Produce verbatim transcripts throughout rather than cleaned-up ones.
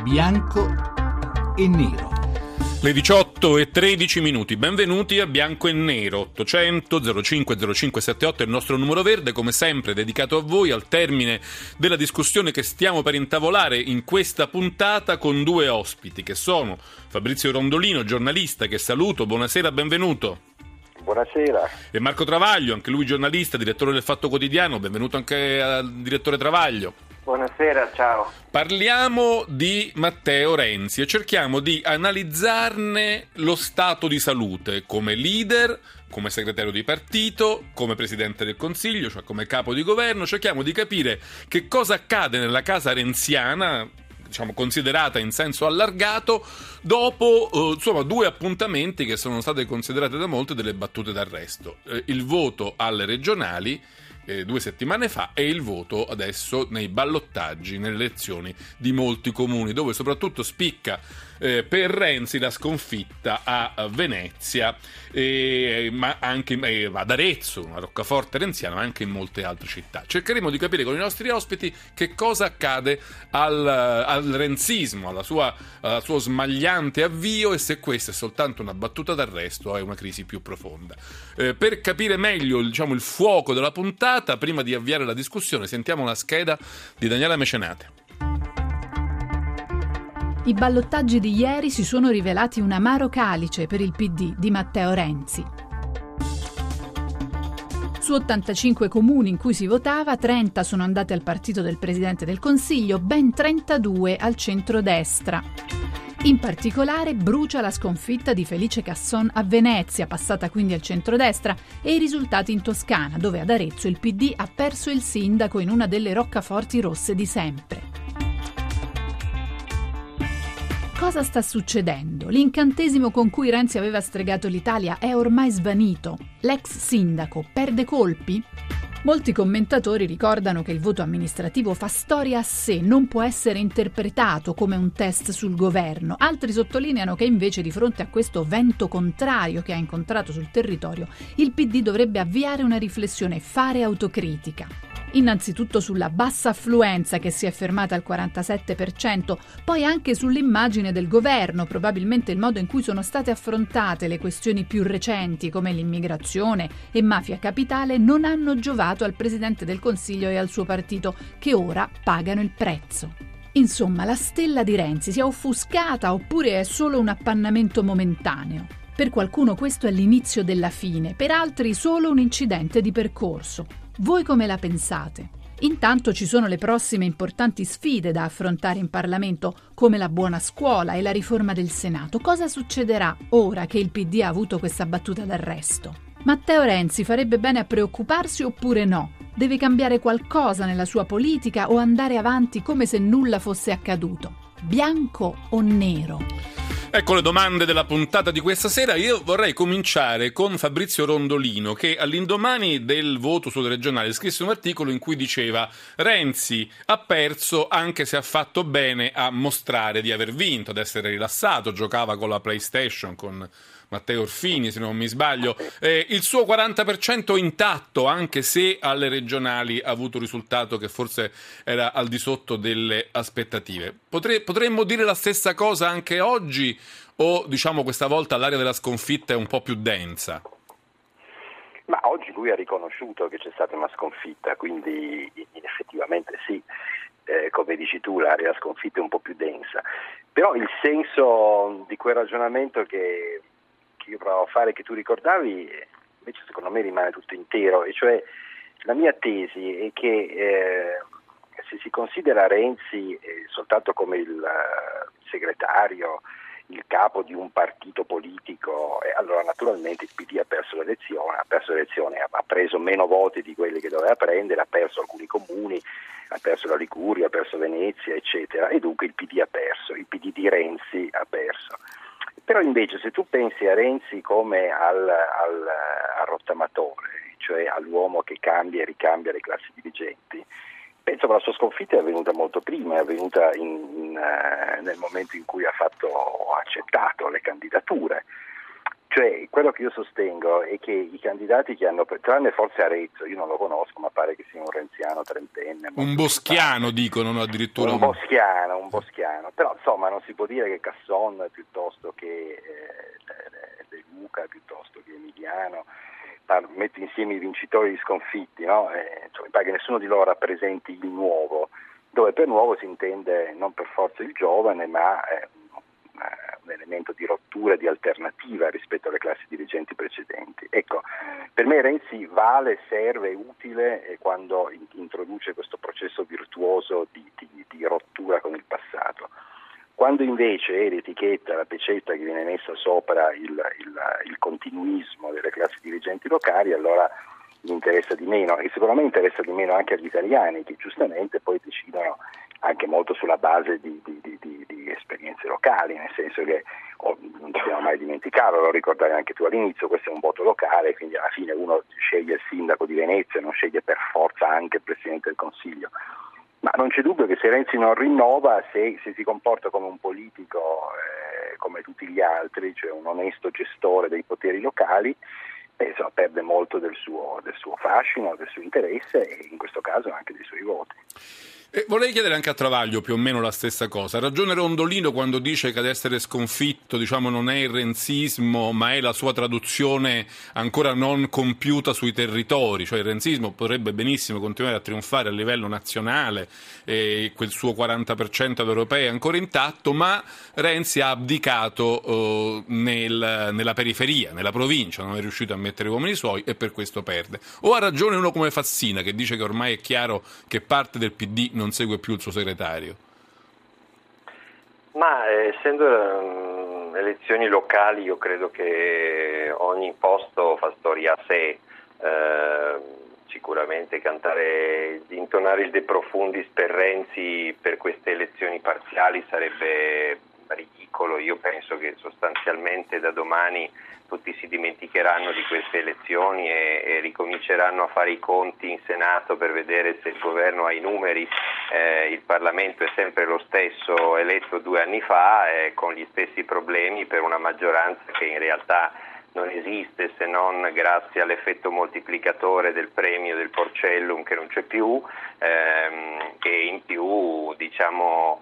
Bianco e nero. Le diciotto e tredici minuti, benvenuti a Bianco e Nero. Ottocento zero cinque zero cinque settantotto è il nostro numero verde, come sempre dedicato a voi al termine della discussione che stiamo per intavolare in questa puntata con due ospiti che sono Fabrizio Rondolino, giornalista, che saluto, buonasera, benvenuto. Buonasera. E Marco Travaglio, anche lui giornalista, direttore del Fatto Quotidiano, benvenuto anche al direttore Travaglio. Buonasera, ciao. Parliamo di Matteo Renzi e cerchiamo di analizzarne lo stato di salute come leader, come segretario di partito, come presidente del Consiglio, cioè come capo di governo. Cerchiamo di capire che cosa accade nella casa renziana, diciamo considerata in senso allargato, dopo eh, insomma due appuntamenti che sono state considerate da molti delle battute d'arresto. Eh, il voto alle regionali Eh, due settimane fa e il voto adesso nei ballottaggi, nelle elezioni di molti comuni, dove soprattutto spicca eh, per Renzi la sconfitta a Venezia, eh, ma anche eh, ad Arezzo, una roccaforte renziana, ma anche in molte altre città. Cercheremo di capire con i nostri ospiti che cosa accade al, al renzismo, alla sua, al suo smagliante avvio, e se questa è soltanto una battuta d'arresto o è una crisi più profonda. Eh, per capire meglio, diciamo, il fuoco della puntata, prima di avviare la discussione, sentiamo la scheda di Daniela Mecenate. I ballottaggi di ieri si sono rivelati un amaro calice per il P D di Matteo Renzi. Su ottantacinque comuni in cui si votava, trenta sono andate al partito del Presidente del Consiglio, ben trentadue al centrodestra. In particolare brucia la sconfitta di Felice Casson a Venezia, passata quindi al centrodestra, e i risultati in Toscana, dove ad Arezzo il P D ha perso il sindaco in una delle roccaforti rosse di sempre. Cosa sta succedendo? L'incantesimo con cui Renzi aveva stregato l'Italia è ormai svanito. L'ex sindaco perde colpi? Molti commentatori ricordano che il voto amministrativo fa storia a sé, non può essere interpretato come un test sul governo. Altri sottolineano che invece, di fronte a questo vento contrario che ha incontrato sul territorio, il P D dovrebbe avviare una riflessione e fare autocritica. Innanzitutto sulla bassa affluenza che si è fermata al quarantasette per cento, poi anche sull'immagine del governo, probabilmente il modo in cui sono state affrontate le questioni più recenti come l'immigrazione e mafia capitale non hanno giovato al Presidente del Consiglio e al suo partito, che ora pagano il prezzo. Insomma, la stella di Renzi si è offuscata oppure è solo un appannamento momentaneo? Per qualcuno questo è l'inizio della fine, per altri solo un incidente di percorso. Voi come la pensate? Intanto ci sono le prossime importanti sfide da affrontare in Parlamento, come la buona scuola e la riforma del Senato. Cosa succederà ora che il P D ha avuto questa battuta d'arresto? Matteo Renzi farebbe bene a preoccuparsi oppure no? Deve cambiare qualcosa nella sua politica o andare avanti come se nulla fosse accaduto? Bianco o nero? Ecco le domande della puntata di questa sera. Io vorrei cominciare con Fabrizio Rondolino, che all'indomani del voto sulle regionali scrisse un articolo in cui diceva: Renzi ha perso anche se ha fatto bene a mostrare di aver vinto, ad essere rilassato, giocava con la PlayStation, con Matteo Orfini se non mi sbaglio, eh, il suo quaranta per cento intatto, anche se alle regionali ha avuto un risultato che forse era al di sotto delle aspettative. Potre, potremmo dire la stessa cosa anche oggi, o diciamo questa volta l'area della sconfitta è un po' più densa? Ma oggi lui ha riconosciuto che c'è stata una sconfitta, quindi effettivamente sì, eh, come dici tu, l'area della sconfitta è un po' più densa, però il senso di quel ragionamento che io provo a fare, che tu ricordavi, invece secondo me rimane tutto intero, e cioè la mia tesi è che eh, se si considera Renzi eh, soltanto come il uh, segretario, il capo di un partito politico, eh, allora naturalmente il P D ha perso l'elezione, ha perso l'elezione, ha, ha preso meno voti di quelli che doveva prendere, ha perso alcuni comuni, ha perso la Liguria, ha perso Venezia, eccetera, e dunque il P D ha perso, il P D di Renzi ha perso. Però invece se tu pensi a Renzi come al, al, al rottamatore, cioè all'uomo che cambia e ricambia le classi dirigenti, penso che la sua sconfitta è avvenuta molto prima, è avvenuta in, in, uh, nel momento in cui ha fatto, ha accettato le candidature. Cioè, quello che io sostengo è che i candidati che hanno, tranne forse Arezzo, io non lo conosco, ma pare che sia un renziano trentenne. Un boschiano, dicono, no, addirittura. Un boschiano, un boschiano. Però insomma non si può dire che Casson piuttosto che eh, De Luca, piuttosto che Emiliano, metto insieme i vincitori e i sconfitti, no? Eh, cioè, mi pare che nessuno di loro rappresenti il nuovo, dove per nuovo si intende non per forza il giovane, ma eh, un elemento di rottura, di alternativa rispetto alle classi dirigenti precedenti. Ecco, per me Renzi vale, serve, è utile quando introduce questo processo virtuoso di, di, di rottura con il passato. Quando invece è l'etichetta, la pecetta che viene messa sopra il, il, il continuismo delle classi dirigenti locali, allora mi interessa di meno, e sicuramente interessa di meno anche agli italiani, che giustamente poi decidono anche molto sulla base di, di, di, di, di esperienze locali, nel senso che oh, non dobbiamo mai dimenticarlo, lo ricordavi anche tu all'inizio, questo è un voto locale, quindi alla fine uno sceglie il sindaco di Venezia, non sceglie per forza anche il Presidente del Consiglio. Ma non c'è dubbio che se Renzi non rinnova, se, se si comporta come un politico eh, come tutti gli altri, cioè un onesto gestore dei poteri locali, eh, insomma, perde molto del suo, del suo fascino, del suo interesse e in questo caso anche dei suoi voti. E vorrei chiedere anche a Travaglio più o meno la stessa cosa. Ha ragione Rondolino quando dice che ad essere sconfitto, diciamo, non è il renzismo, ma è la sua traduzione ancora non compiuta sui territori. Cioè il renzismo potrebbe benissimo continuare a trionfare a livello nazionale, e quel suo quaranta per cento ad europei è ancora intatto, ma Renzi ha abdicato eh, nel, nella periferia, nella provincia, non è riuscito a mettere gli uomini suoi e per questo perde. O ha ragione uno come Fassina che dice che ormai è chiaro che parte del P D non segue più il suo segretario? Ma eh, essendo um, elezioni locali, io credo che ogni posto fa storia a sé. Eh, sicuramente cantare, intonare il De Profundis per Renzi per queste elezioni parziali sarebbe ridicolo. Io penso che sostanzialmente da domani tutti si dimenticheranno di queste elezioni e, e ricominceranno a fare i conti in Senato per vedere se il governo ha i numeri. Eh, il Parlamento è sempre lo stesso eletto due anni fa, eh, con gli stessi problemi per una maggioranza che in realtà non esiste se non grazie all'effetto moltiplicatore del premio del Porcellum che non c'è più, ehm, e in più diciamo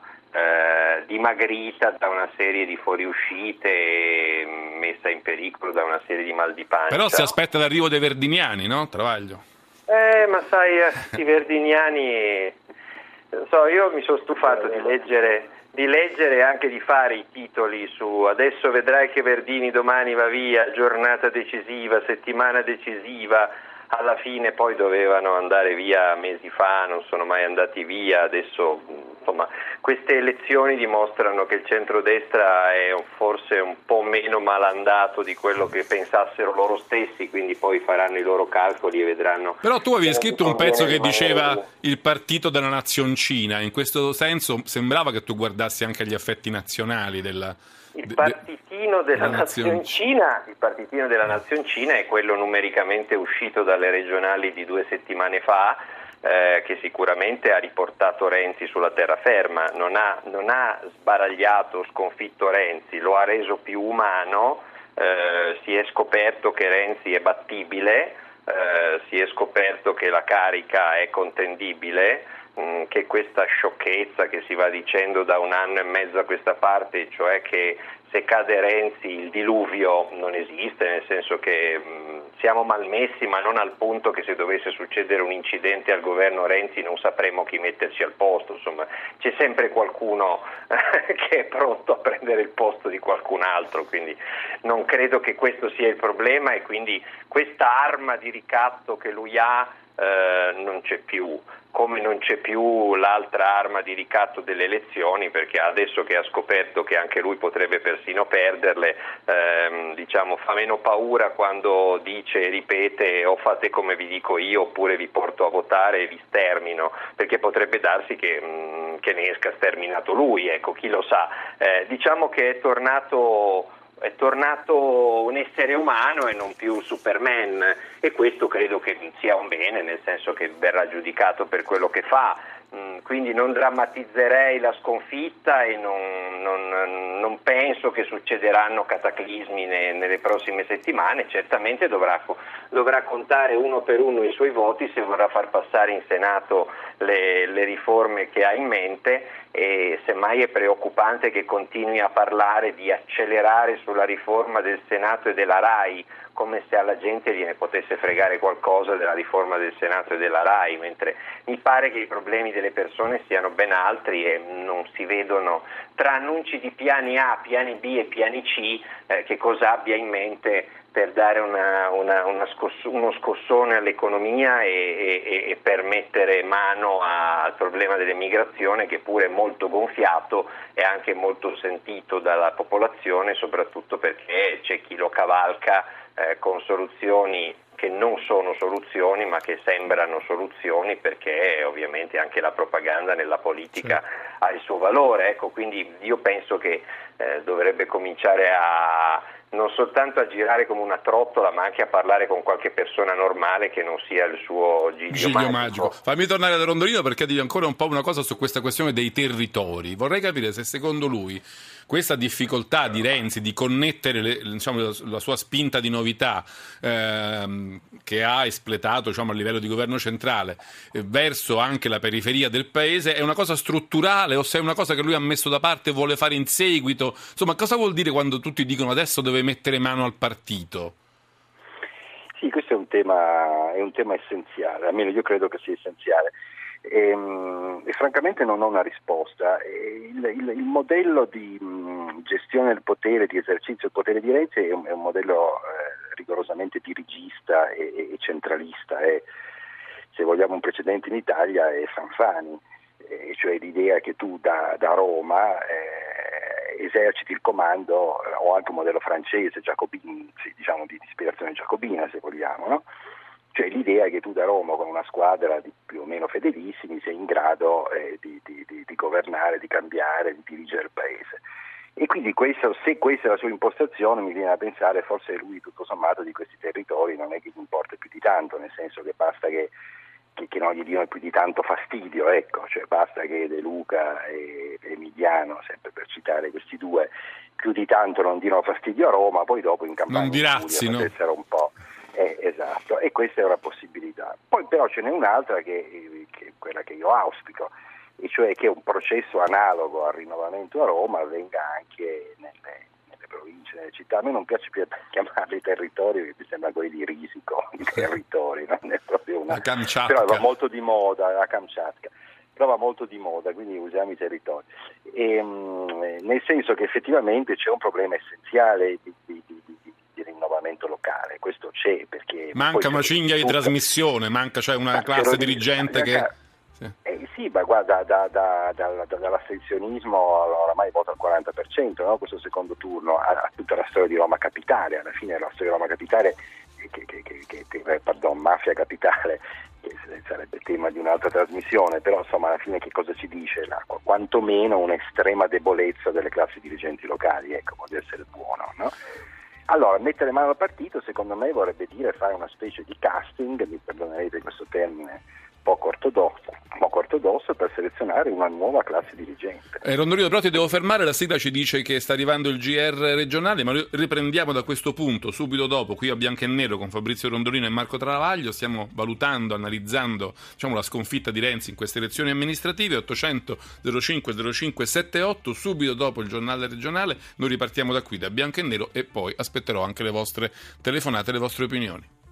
Eh, dimagrita da una serie di fuoriuscite e messa in pericolo da una serie di mal di pancia. Però si aspetta l'arrivo dei verdiniani, no? Travaglio. Eh, ma sai, eh, i verdiniani, non so, io mi sono stufato di leggere, di leggere e anche di fare i titoli su adesso vedrai che Verdini domani va via, giornata decisiva, settimana decisiva. Alla fine poi dovevano andare via mesi fa, non sono mai andati via, adesso insomma queste elezioni dimostrano che il centrodestra è forse un po' meno malandato di quello che pensassero loro stessi, quindi poi faranno i loro calcoli e vedranno. Però tu avevi scritto un pezzo che diceva il partito della nazioncina, in questo senso sembrava che tu guardassi anche agli affetti nazionali della... Il partitino della nazioncina, il partitino della nazioncina è quello numericamente uscito dalle regionali di due settimane fa, eh, che sicuramente ha riportato Renzi sulla terraferma, non ha, non ha sbaragliato, sconfitto Renzi, lo ha reso più umano, eh, si è scoperto che Renzi è battibile, eh, si è scoperto che la carica è contendibile, che questa sciocchezza che si va dicendo da un anno e mezzo a questa parte, cioè che se cade Renzi il diluvio non esiste, nel senso che mh, siamo malmessi, ma non al punto che se dovesse succedere un incidente al governo Renzi non sapremo chi metterci al posto, insomma c'è sempre qualcuno che è pronto a prendere il posto di qualcun altro, quindi non credo che questo sia il problema e quindi questa arma di ricatto che lui ha eh, non c'è più. Come non c'è più l'altra arma di ricatto delle elezioni, perché adesso che ha scoperto che anche lui potrebbe persino perderle, ehm, diciamo fa meno paura quando dice e ripete o fate come vi dico io oppure vi porto a votare e vi stermino, perché potrebbe darsi che, mh, che ne esca sterminato lui, ecco, chi lo sa. Eh, diciamo che è tornato... è tornato un essere umano e non più Superman e questo credo che sia un bene, nel senso che verrà giudicato per quello che fa. Quindi non drammatizzerei la sconfitta e non, non, non penso che succederanno cataclismi ne, nelle prossime settimane. Certamente dovrà, dovrà contare uno per uno i suoi voti se vorrà far passare in Senato le, le riforme che ha in mente, e semmai è preoccupante che continui a parlare di accelerare sulla riforma del Senato e della RAI, come se alla gente gliene potesse fregare qualcosa della riforma del Senato e della RAI, mentre mi pare che i problemi delle persone siano ben altri e non si vedono, tra annunci di piani A, piani B e piani C, eh, che cosa abbia in mente per dare una, una, una scoss- uno scossone all'economia e, e, e per mettere mano a, al problema dell'emigrazione, che pure è molto gonfiato e anche molto sentito dalla popolazione, soprattutto perché c'è chi lo cavalca eh, con soluzioni che non sono soluzioni ma che sembrano soluzioni, perché ovviamente anche la propaganda nella politica sì. ha il suo valore, ecco, quindi io penso che eh, dovrebbe cominciare a non soltanto a girare come una trottola, ma anche a parlare con qualche persona normale che non sia il suo Giglio, Giglio magico. magico. Fammi tornare da Rondolino, perché dico ancora un po' una cosa su questa questione dei territori. Vorrei capire se secondo lui questa difficoltà di Renzi di connettere le, diciamo, la, la sua spinta di novità ehm, che ha espletato, diciamo, a livello di governo centrale eh, verso anche la periferia del paese è una cosa strutturale, o se è una cosa che lui ha messo da parte e vuole fare in seguito. Insomma, cosa vuol dire quando tutti dicono adesso deve mettere mano al partito? Sì, questo è un tema, è un tema essenziale, almeno io credo che sia essenziale. E, e francamente non ho una risposta. Il, il, il modello di mh, gestione del potere, di esercizio del potere di Renzi è un, è un modello eh, rigorosamente dirigista e, e centralista. È, se vogliamo un precedente in Italia, è Fanfani, eh, cioè l'idea che tu da, da Roma eh, eserciti il comando, eh, o anche un modello francese, Giacobini, diciamo di ispirazione giacobina se vogliamo, no? Cioè l'idea che tu da Roma con una squadra di più o meno fedelissimi sei in grado eh, di, di, di, di governare, di cambiare, di dirigere il paese. E quindi questo, se questa è la sua impostazione, mi viene a pensare forse lui tutto sommato di questi territori non è che gli importa più di tanto, nel senso che basta che, che, che non gli diano più di tanto fastidio, ecco, cioè basta che De Luca e Emiliano, sempre per citare questi due, più di tanto non diano fastidio a Roma, poi dopo in campagna non dirazzino un po'. Eh, esatto, e questa è una possibilità. Poi però ce n'è un'altra che, che è quella che io auspico, e cioè che un processo analogo al rinnovamento a Roma avvenga anche nelle, nelle province, nelle città. A me non piace più chiamarli territori, perché mi sembra quelli di Risico, i territori, non è proprio una... La Kamchatka. Però va molto di moda, la Kamchatka. Però va molto di moda, quindi usiamo i territori. E, mh, nel senso che effettivamente c'è un problema essenziale di, di, di, di di rinnovamento locale, questo c'è perché manca una cinghia di trasmissione, manca cioè una classe dirigente che sì. Eh, sì, ma guarda, da, da, da, da, dall'astensionismo oramai vota al quaranta per cento, no? Questo secondo turno, a, a tutta la storia di Roma Capitale, alla fine la storia di Roma Capitale, che, che, che, che, che pardon, Mafia Capitale, che sarebbe tema di un'altra trasmissione, però insomma alla fine che cosa ci dice? La, quantomeno un'estrema debolezza delle classi dirigenti locali, ecco, può essere buono, no? Allora, mettere mano al partito secondo me vorrebbe dire fare una specie di casting, mi perdonerete questo termine poco ortodosso, poco ortodosso per selezionare una nuova classe dirigente. Eh, Rondolino, però ti devo fermare, la sigla ci dice che sta arrivando il G R regionale, ma riprendiamo da questo punto subito dopo, qui a Bianco e Nero con Fabrizio Rondolino e Marco Travaglio. Stiamo valutando, analizzando, diciamo, la sconfitta di Renzi in queste elezioni amministrative. Ottocento zero cinque zero cinque settantotto, subito dopo il giornale regionale. Noi ripartiamo da qui, da Bianco e Nero, e poi aspetterò anche le vostre telefonate, le vostre opinioni.